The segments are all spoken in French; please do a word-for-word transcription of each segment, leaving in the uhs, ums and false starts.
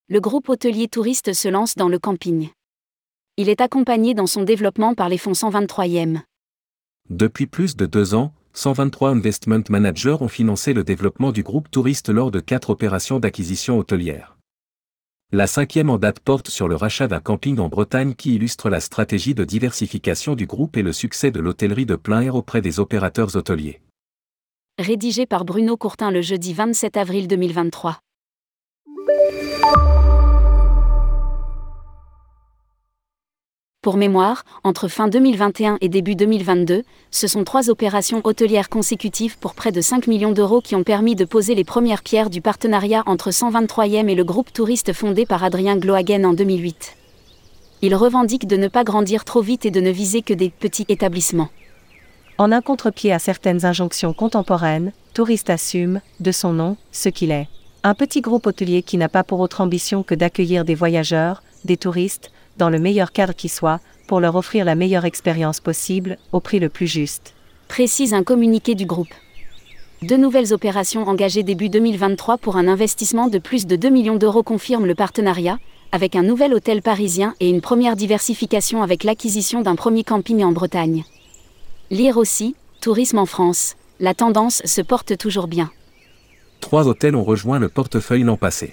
Le groupe hôtelier touriste se lance dans le camping. Il est accompagné dans son développement par les fonds cent vingt-troisième. Depuis plus de deux ans, cent vingt-trois Investment Managers ont financé le développement du groupe touriste lors de quatre opérations d'acquisition hôtelière. La cinquième en date porte sur le rachat d'un camping en Bretagne qui illustre la stratégie de diversification du groupe et le succès de l'hôtellerie de plein air auprès des opérateurs hôteliers. Rédigé par Bruno Courtin le jeudi vingt-sept avril deux mille vingt-trois. Pour mémoire, entre fin deux mille vingt et un et début deux mille vingt-deux, ce sont trois opérations hôtelières consécutives pour près de cinq millions d'euros qui ont permis de poser les premières pierres du partenariat entre cent vingt-troisième et le groupe touriste fondé par Adrien Glohagen en deux mille huit. Il revendique de ne pas grandir trop vite et de ne viser que des petits établissements. En un contre-pied à certaines injonctions contemporaines, Touriste assume, de son nom, ce qu'il est. Un petit groupe hôtelier qui n'a pas pour autre ambition que d'accueillir des voyageurs, des touristes, dans le meilleur cadre qui soit, pour leur offrir la meilleure expérience possible, au prix le plus juste. Précise un communiqué du groupe. Deux nouvelles opérations engagées début deux mille vingt-trois pour un investissement de plus de deux millions d'euros confirment le partenariat, avec un nouvel hôtel parisien et une première diversification avec l'acquisition d'un premier camping en Bretagne. Lire aussi, Tourisme en France, la tendance se porte toujours bien. Trois hôtels ont rejoint le portefeuille l'an passé.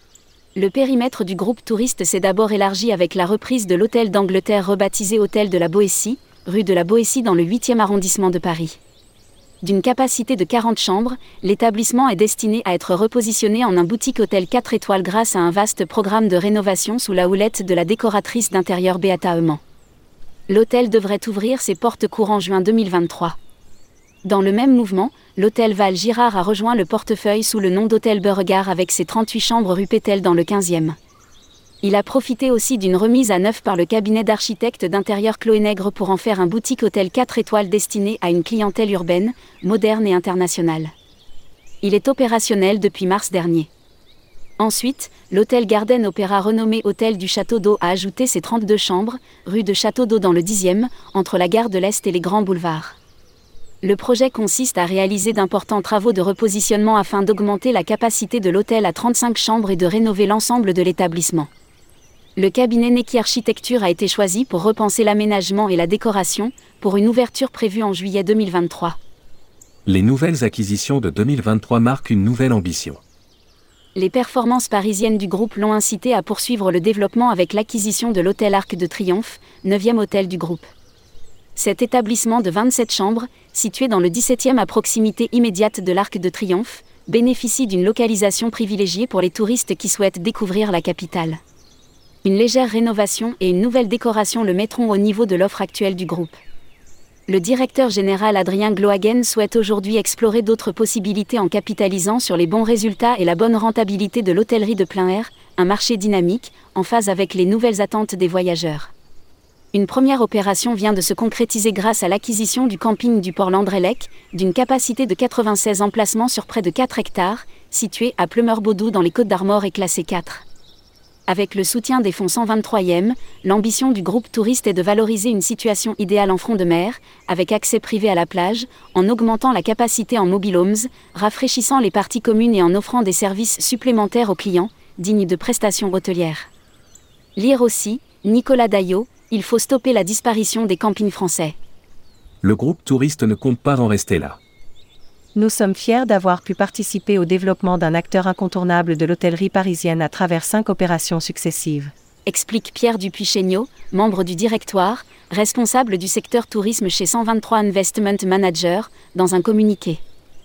Le périmètre du groupe touriste s'est d'abord élargi avec la reprise de l'hôtel d'Angleterre rebaptisé Hôtel de la Boétie, rue de la Boétie dans le huitième arrondissement de Paris. D'une capacité de quarante chambres, l'établissement est destiné à être repositionné en un boutique-hôtel quatre étoiles grâce à un vaste programme de rénovation sous la houlette de la décoratrice d'intérieur Beata Heumann. L'hôtel devrait ouvrir ses portes courant juin deux mille vingt-trois. Dans le même mouvement, l'hôtel Val Girard a rejoint le portefeuille sous le nom d'hôtel Beauregard avec ses trente-huit chambres rue Pétel dans le quinzième. Il a profité aussi d'une remise à neuf par le cabinet d'architectes d'intérieur Chloé-Nègre pour en faire un boutique-hôtel quatre étoiles destiné à une clientèle urbaine, moderne et internationale. Il est opérationnel depuis mars dernier. Ensuite, l'hôtel Garden Opéra renommé Hôtel du Château d'Eau a ajouté ses trente-deux chambres, rue de Château d'Eau dans le dixième, entre la gare de l'Est et les grands boulevards. Le projet consiste à réaliser d'importants travaux de repositionnement afin d'augmenter la capacité de l'hôtel à trente-cinq chambres et de rénover l'ensemble de l'établissement. Le cabinet Neki Architecture a été choisi pour repenser l'aménagement et la décoration, pour une ouverture prévue en juillet deux mille vingt-trois. Les nouvelles acquisitions de deux mille vingt-trois marquent une nouvelle ambition. Les performances parisiennes du groupe l'ont incité à poursuivre le développement avec l'acquisition de l'hôtel Arc de Triomphe, neuvième hôtel du groupe. Cet établissement de vingt-sept chambres, situé dans le dix-septième à proximité immédiate de l'Arc de Triomphe, bénéficie d'une localisation privilégiée pour les touristes qui souhaitent découvrir la capitale. Une légère rénovation et une nouvelle décoration le mettront au niveau de l'offre actuelle du groupe. Le directeur général Adrien Glohagen souhaite aujourd'hui explorer d'autres possibilités en capitalisant sur les bons résultats et la bonne rentabilité de l'hôtellerie de plein air, un marché dynamique, en phase avec les nouvelles attentes des voyageurs. Une première opération vient de se concrétiser grâce à l'acquisition du camping du Port Landrélec, d'une capacité de quatre-vingt-seize emplacements sur près de quatre hectares, situé à Pleumeur-Baudou dans les Côtes-d'Armor et classé quatre. Avec le soutien des fonds cent vingt-troisième, l'ambition du groupe touriste est de valoriser une situation idéale en front de mer, avec accès privé à la plage, en augmentant la capacité en mobile homes, rafraîchissant les parties communes et en offrant des services supplémentaires aux clients, dignes de prestations hôtelières. Lire aussi, Nicolas Daillot, il faut stopper la disparition des campings français. Le groupe touriste ne compte pas en rester là. Nous sommes fiers d'avoir pu participer au développement d'un acteur incontournable de l'hôtellerie parisienne à travers cinq opérations successives. Explique Pierre Dupuy-Chéniaud, membre du directoire, responsable du secteur tourisme chez cent vingt-trois Investment Managers, dans un communiqué.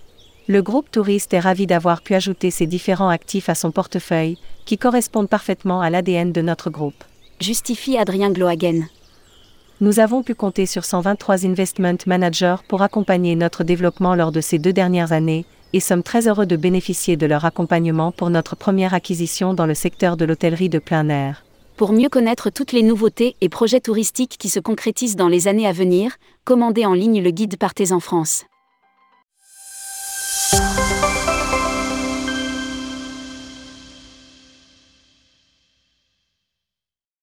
Le groupe touriste est ravi d'avoir pu ajouter ces différents actifs à son portefeuille, qui correspondent parfaitement à l'A D N de notre groupe. Justifie Adrien Glohagen. Nous avons pu compter sur cent vingt-trois Investment Managers pour accompagner notre développement lors de ces deux dernières années, et sommes très heureux de bénéficier de leur accompagnement pour notre première acquisition dans le secteur de l'hôtellerie de plein air. Pour mieux connaître toutes les nouveautés et projets touristiques qui se concrétisent dans les années à venir, commandez en ligne le guide Partez en France.